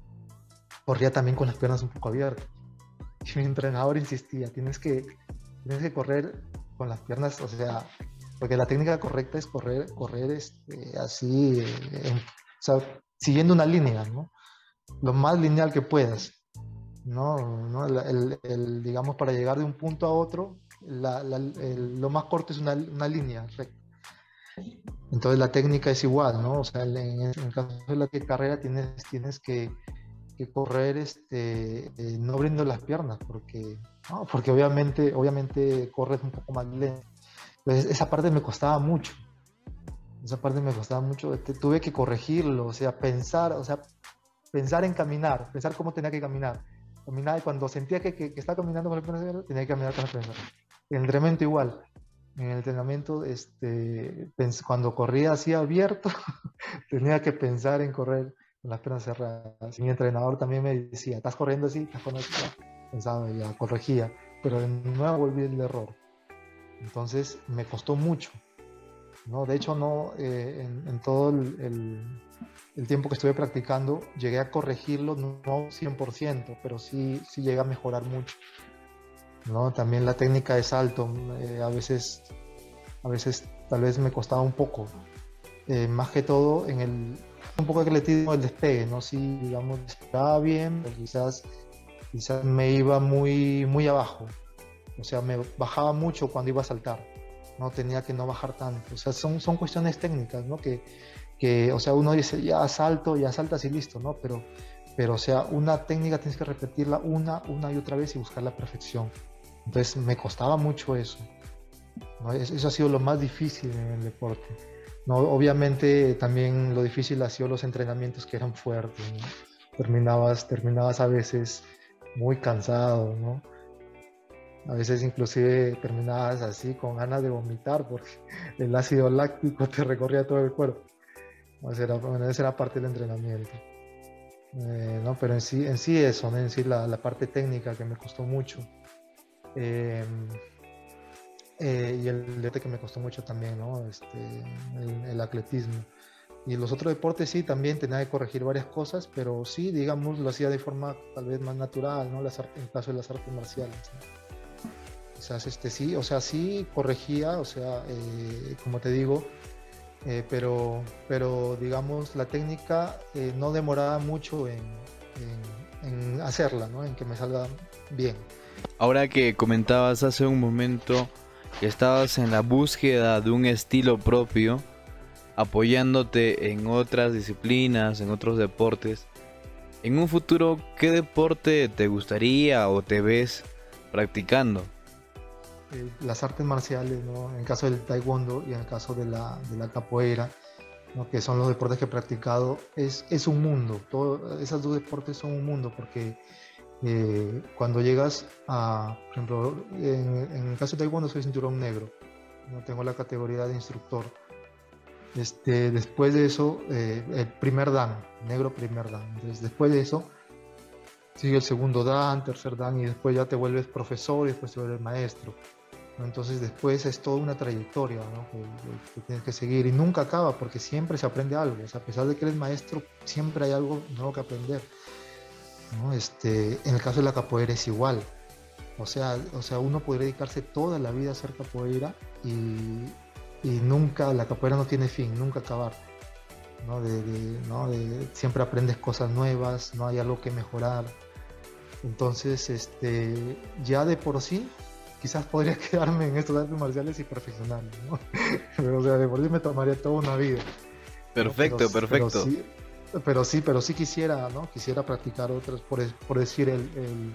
corría también con las piernas un poco abiertas. Y mi entrenador insistía, tienes que, tienes que correr con las piernas, o sea, porque la técnica correcta es correr, correr este, así, eh, en, o sea, siguiendo una línea, ¿no? Lo más lineal que puedas, ¿no? ¿No? El, el, el, digamos, para llegar de un punto a otro, la, la, el, lo más corto es una, una línea recta. Entonces la técnica es igual, ¿no? O sea, en, en el caso de la carrera tienes, tienes que, que correr este, eh, no abriendo las piernas, porque, ¿no? Porque obviamente, obviamente corres un poco más lento. Entonces esa parte me costaba mucho. Esa parte me costaba mucho. Tuve que corregirlo, o sea, pensar, o sea, pensar en caminar, pensar cómo tenía que caminar. Caminar y cuando sentía que, que, que estaba caminando con las piernas abiertas, tenía que caminar con las piernas abiertas. En el entrenamiento igual. En el entrenamiento, este, cuando corría así abierto, tenía que pensar en correr con las piernas cerradas. Y mi entrenador también me decía, ¿estás corriendo así? ¿Estás corriendo así? Pensaba, ya, corregía. Pero de nuevo volví el error. Entonces me costó mucho, ¿no? De hecho, no, eh, en, en todo el, el, el tiempo que estuve practicando, llegué a corregirlo, no cien por ciento, pero sí, sí llegué a mejorar mucho, ¿no? También la técnica de salto, eh, a veces, a veces tal vez me costaba un poco, eh, más que todo en el, un poco de atletismo, el despegue, ¿no? Sí, digamos, despegaba bien, pero quizás, quizás me iba muy, muy abajo. O sea, me bajaba mucho cuando iba a saltar, no tenía que no bajar tanto. O sea, son, son cuestiones técnicas, ¿no? Que, que, o sea, uno dice, ya salto, ya saltas y listo, ¿no? Pero, pero, o sea, una técnica tienes que repetirla una, una y otra vez y buscar la perfección. Entonces, me costaba mucho eso, ¿no? Eso ha sido lo más difícil en el deporte, ¿no? Obviamente, también lo difícil ha sido los entrenamientos que eran fuertes, ¿no? Terminabas, terminabas a veces muy cansado, ¿no? A veces inclusive terminabas así con ganas de vomitar porque el ácido láctico te recorría todo el cuerpo. Esa era, bueno, esa era parte del entrenamiento. Eh, ¿no? Pero en sí, en sí eso, ¿no? En sí la, la parte técnica que me costó mucho. Eh, eh, y el deporte que me costó mucho también, ¿no? Este, el, el atletismo. Y los otros deportes sí, también tenía que corregir varias cosas, pero sí, digamos, lo hacía de forma tal vez más natural, ¿no? Las, en el caso de las artes marciales, ¿no? Quizás este sí, o sea, sí corregía, o sea, eh, como te digo, eh, pero, pero digamos, la técnica eh, no demoraba mucho en, en, en hacerla, ¿no? En que me salga bien. Ahora que comentabas hace un momento que estabas en la búsqueda de un estilo propio, apoyándote en otras disciplinas, en otros deportes, en un futuro, ¿qué deporte te gustaría o te ves practicando? Eh, las artes marciales, ¿no? En el caso del taekwondo y en el caso de la, de la capoeira, ¿no? Que son los deportes que he practicado, es, es un mundo. Todo, esos dos deportes son un mundo porque eh, cuando llegas a, por ejemplo, en, en el caso de taekwondo soy cinturón negro, no tengo la categoría de instructor. Este, después de eso, eh, el primer dan, negro primer dan. Entonces, después de eso, sigue el segundo dan, tercer dan y después ya te vuelves profesor y después te vuelves maestro, ¿no? Entonces después es toda una trayectoria, ¿no? que, que, que tienes que seguir y nunca acaba porque siempre se aprende algo. O sea, a pesar de que eres maestro, siempre hay algo nuevo que aprender, ¿no? Este, en el caso de la capoeira es igual. O sea, o sea, uno podría dedicarse toda la vida a hacer capoeira y, y nunca, la capoeira no tiene fin, nunca acabar. ¿No? De, de, ¿no? De, siempre aprendes cosas nuevas, no hay algo que mejorar. Entonces, este, ya de por sí, quizás podría quedarme en estos artes marciales y perfeccionarme, ¿no? Pero, o sea, de por sí me tomaría toda una vida. Perfecto, pero, perfecto. Pero sí, pero sí, pero sí quisiera, ¿no? Quisiera practicar otras, por, por decir el, el,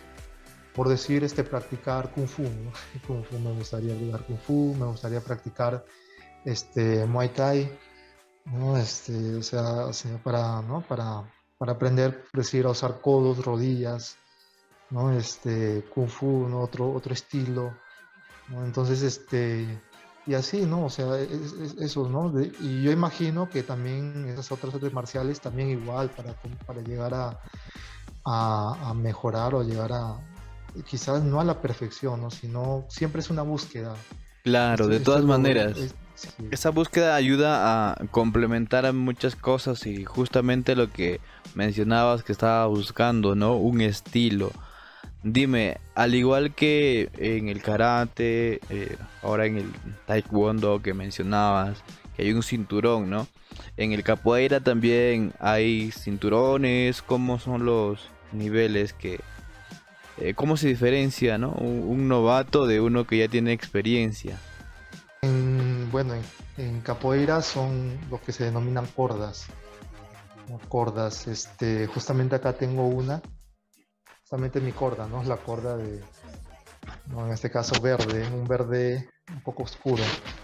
por decir este, practicar Kung Fu, ¿no? Kung Fu, me gustaría jugar Kung Fu, me gustaría practicar este, Muay Thai, ¿no? Este, o sea, o sea para, ¿no? para, para aprender, por decir, a usar codos, rodillas, ¿no? Este, Kung Fu, ¿no? Otro, otro estilo, ¿no? Entonces, este, y así, ¿no? O sea, es, es eso, ¿no? De, y yo imagino que también esas otras artes marciales también igual para, para llegar a, a, a mejorar o llegar a, quizás no a la perfección, ¿no? Sino siempre es una búsqueda. Claro, Esto, de esto todas es lo, maneras. es, Sí. Esa búsqueda ayuda a complementar a muchas cosas y justamente lo que mencionabas que estaba buscando, ¿no? Un estilo. Dime, al igual que en el karate, eh, ahora en el taekwondo que mencionabas, que hay un cinturón, ¿no? En el capoeira también hay cinturones. ¿Cómo son los niveles que, eh, cómo se diferencia, ¿no? Un, un novato de uno que ya tiene experiencia? En- bueno, en, en capoeira son lo que se denominan cordas, ¿no? Cordas, este, justamente acá tengo una, justamente mi corda, ¿no? La corda de, no, en este caso verde, un verde un poco oscuro.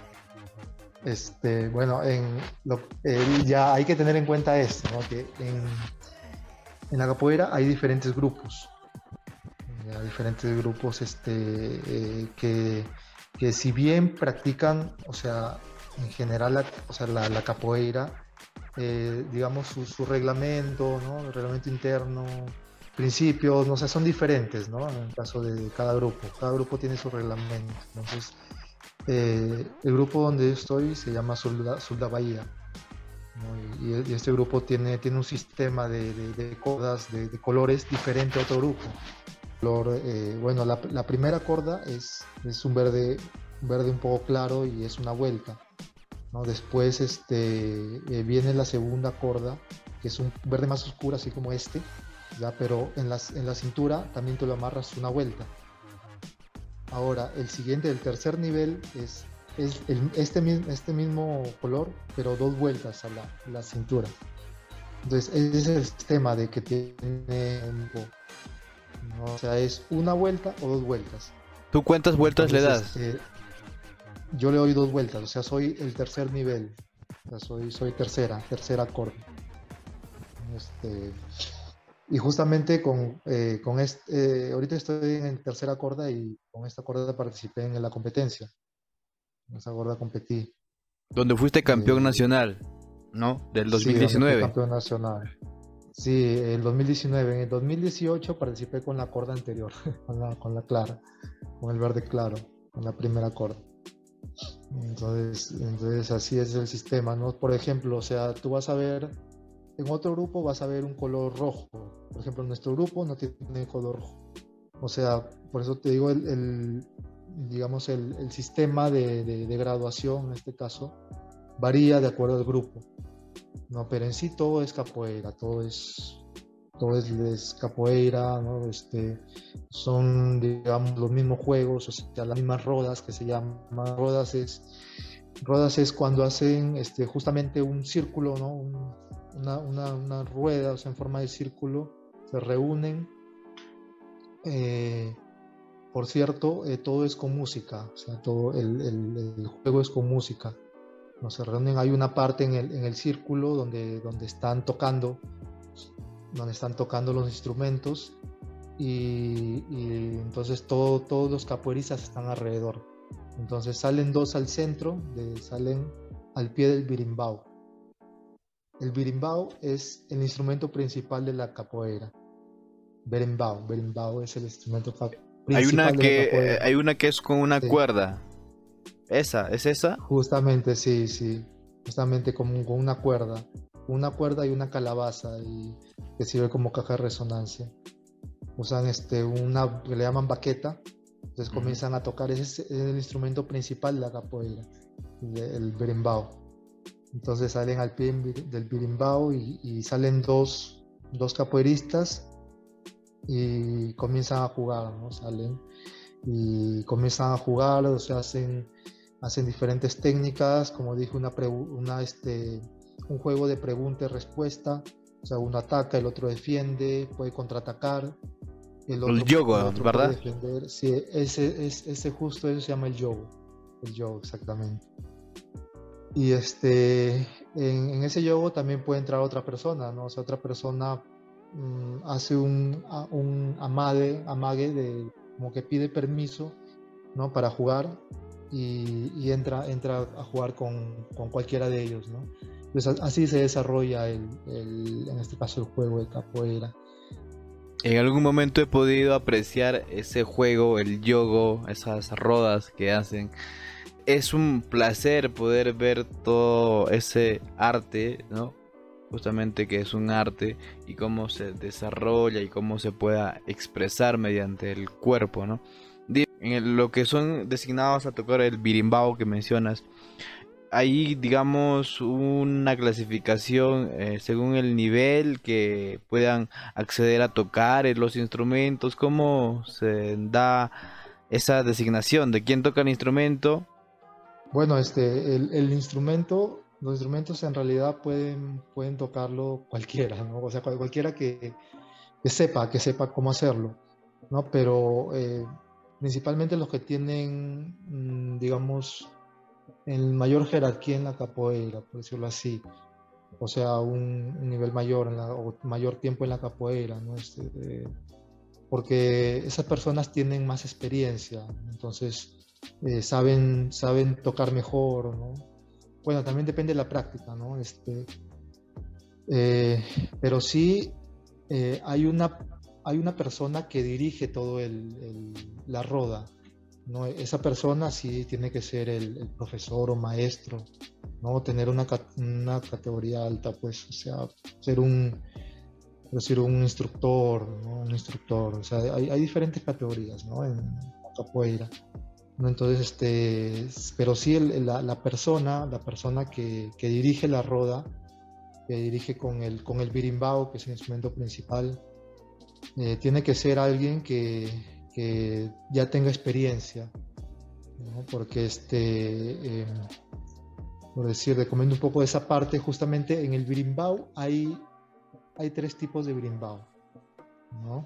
Este, bueno, en lo- eh, ya hay que tener en cuenta esto, ¿no? Que en, en la capoeira hay diferentes grupos, ya, diferentes grupos este, eh, que, que si bien practican, o sea, en general, la, o sea, la, la capoeira, eh, digamos, su, su reglamento, ¿no? El reglamento interno, principios, no sé, son diferentes, ¿no? En el caso de cada grupo. Cada grupo tiene su reglamento. Entonces, eh, el grupo donde yo estoy se llama Zulda, Zulda Bahía, ¿no? Y, y este grupo tiene, tiene un sistema de, de, de cordas, de, de colores diferente a otro grupo. Color, eh, bueno, la, la primera corda es, es un verde, un verde un poco claro y es una vuelta, ¿no? Después este, eh, viene la segunda corda, que es un verde más oscuro, así como este, ¿ya? Pero en, las, en la cintura también te lo amarras una vuelta. Ahora, el siguiente, el tercer nivel, es, es el, este, este mismo color, pero dos vueltas a la, la cintura. Entonces, ese es el sistema de que tiene, ¿no? O sea, es una vuelta o dos vueltas. ¿Tú cuántas vueltas Entonces, le das? este, yo le doy dos vueltas, o sea, soy el tercer nivel, o sea, soy, soy tercera, tercera corda. Este, y justamente con, eh, con este, eh, ahorita estoy en tercera corda y con esta corda participé en la competencia. En esa corda competí. Donde fuiste campeón Eh, nacional, ¿no? Del sí, donde fui dos mil diecinueve. campeón nacional. Sí, el dos mil diecinueve. En el dos mil dieciocho participé con la corda anterior, con la, con la clara, con el verde claro, con la primera corda. Entonces, entonces así es el sistema, ¿no? Por ejemplo, o sea, tú vas a ver, en otro grupo vas a ver un color rojo. Por ejemplo, nuestro grupo no tiene color rojo. O sea, por eso te digo, el, el digamos, el, el sistema de, de, de graduación, en este caso, varía de acuerdo al grupo, ¿no? Pero en sí todo es capoeira, todo es, todo es, es capoeira, ¿no? Este, son, digamos, los mismos juegos, o sea, las mismas rodas que se llaman. Rodas es, rodas es cuando hacen este, justamente un círculo, ¿no? Un, una, una, una rueda, o sea, en forma de círculo, se reúnen. Eh, por cierto, eh, todo es con música, o sea, todo el, el, el juego es con música. No se reúnen, hay una parte en el, en el círculo donde, donde están tocando, donde están tocando los instrumentos y, y entonces todo, todos los capoeiristas están alrededor. Entonces salen dos al centro, de, salen al pie del birimbau. El birimbau es el instrumento principal de la capoeira. Berimbau, berimbau es el instrumento Hay una principal de la que eh, capoeira. hay una que es con una Sí. cuerda. ¿Esa? ¿Es esa? Justamente, sí, sí. Justamente como con una cuerda. Una cuerda y una calabaza y que sirve como caja de resonancia. Usan este, una que le llaman baqueta. Entonces Ujú. comienzan a tocar. Ese es el instrumento principal de la capoeira, el, el berimbau. Entonces salen al pie del berimbau y, y salen dos, dos capoeiristas y comienzan a jugar, ¿no? Salen y comienzan a jugar, o sea, hacen, hacen diferentes técnicas, como dije, una, una este, un juego de pregunta y respuesta, o sea, uno ataca, el otro defiende, puede contraatacar, el El otro, el yoga, otro puede ¿verdad? defender, sí, ese, ese, ese justo eso se llama el yogo, el yogo exactamente. Y este, en, en ese yogo también puede entrar otra persona, ¿no? O sea, otra persona mmm, hace un, un amague, amague de, como que pide permiso, ¿no? Para jugar y, y entra, entra a jugar con, con cualquiera de ellos, ¿no? Entonces así se desarrolla el, el, en este caso el juego de capoeira. En algún momento he podido apreciar ese juego, el yogo, esas rodas que hacen. es un placer poder ver todo ese arte, ¿no? Justamente que es un arte y cómo se desarrolla y cómo se pueda expresar mediante el cuerpo, ¿no? Di- En el- lo que son designados a tocar el birimbao que mencionas, hay, digamos, una clasificación eh, según el nivel que puedan acceder a tocar eh, los instrumentos. ¿Cómo se da esa designación de quién toca el instrumento? Bueno, este, el, el instrumento, los instrumentos en realidad pueden, pueden tocarlo cualquiera, ¿no? O sea, cual- cualquiera que, que sepa, que sepa cómo hacerlo, ¿no? Pero eh, principalmente los que tienen, mm, digamos, en mayor jerarquía en la capoeira, por decirlo así, o sea, un, un nivel mayor en la- o mayor tiempo en la capoeira, ¿no? Este, eh, porque esas personas tienen más experiencia, entonces eh, saben, saben tocar mejor, ¿no? Bueno, también depende de la práctica, ¿no? Este, eh, pero sí eh, hay una, hay una persona que dirige todo el, el- la roda, ¿no? Esa persona sí tiene que ser el, el profesor o maestro, ¿no? Tener una, ca- una categoría alta, pues, o sea, ser un, por decir, un instructor, ¿no? Un instructor, o sea, hay, hay diferentes categorías, ¿no? En la capoeira, ¿no? Entonces, este, pero sí el- la, la persona, la persona que, que dirige la roda, que dirige con el, con el birimbao, que es el instrumento principal, eh, tiene que ser alguien que, que ya tenga experiencia, ¿no? Porque este, eh, por decir, recomiendo un poco de esa parte, justamente en el birimbao hay, hay tres tipos de birimbao, ¿no?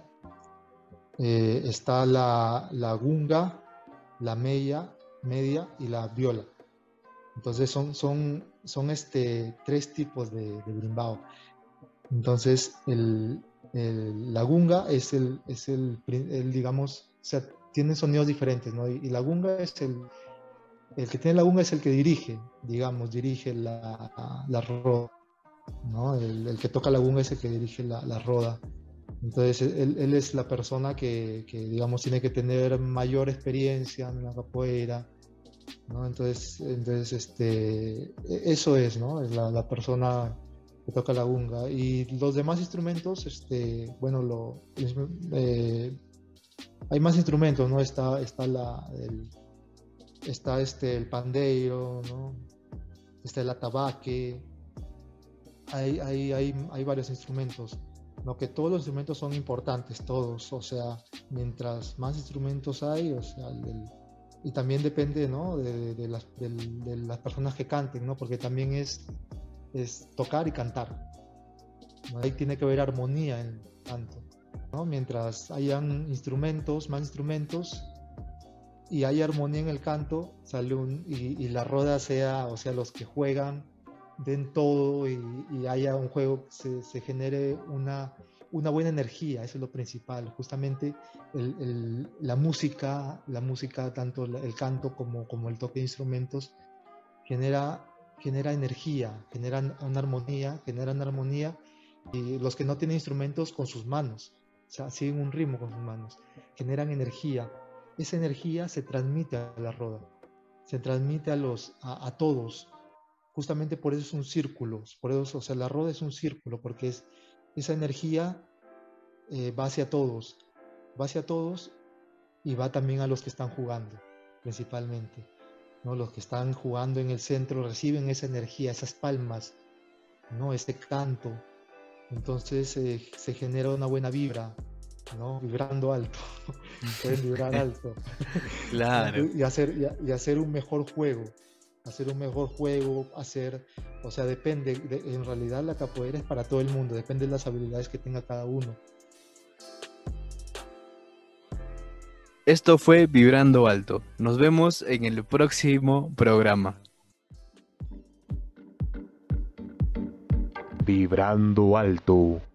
Eh, está la, la gunga, la media, media y la viola. Entonces son, son, son este, tres tipos de, de berimbau. Entonces el, el- la gunga es el, es el, pri- el, digamos, o sea, tiene sonidos diferentes, ¿no? Y, y la gunga es el, el que tiene la gunga es el que dirige, digamos, dirige la, la roda, ¿no? El, el que toca la gunga es el que dirige la, la roda. Entonces, él, él es la persona que, que, digamos, tiene que tener mayor experiencia en la capoeira, ¿no? Entonces, entonces este, e- eso es, ¿no? Es la, la persona que toca la gunga. Y los demás instrumentos, este, bueno, lo, es- eh, hay más instrumentos, ¿no? Está, está, la, el, está este, el pandeiro, ¿no? Está el atabaque, hay, hay, hay, hay varios instrumentos, ¿no? Que todos los instrumentos son importantes, todos, o sea, mientras más instrumentos hay, o sea, el- el- y también depende, ¿no? De, de las, del- de las personas que canten, ¿no? Porque también es, es tocar y cantar, ¿no? Ahí tiene que haber armonía en el canto, ¿no? Mientras hayan instrumentos, más instrumentos, y hay armonía en el canto, sale un, y, y la roda sea, o sea, los que juegan den todo y, y haya un juego que se, se genere una, una buena energía, eso es lo principal. Justamente el, el, la música, la música, tanto el canto como, como el toque de instrumentos, genera, genera energía, genera una armonía, genera una armonía, y los que no tienen instrumentos con sus manos, o sea, siguen un ritmo con sus manos, generan energía. Esa energía se transmite a la roda, se transmite a, los, a, a todos. Justamente por eso es un círculo, por eso, o sea, la roda es un círculo, porque es, esa energía eh, va hacia todos, va hacia todos y va también a los que están jugando, principalmente, ¿no? Los que están jugando en el centro reciben esa energía, esas palmas, ¿no? Ese canto. Entonces eh, se genera una buena vibra, ¿no? Vibrando alto, pueden vibrar alto. Claro. y, hacer, y, y hacer un mejor juego, hacer un mejor juego, hacer, o sea, depende, de, en realidad la capoeira es para todo el mundo, depende de las habilidades que tenga cada uno. Esto fue Vibrando Alto. Nos vemos en el próximo programa. Vibrando alto.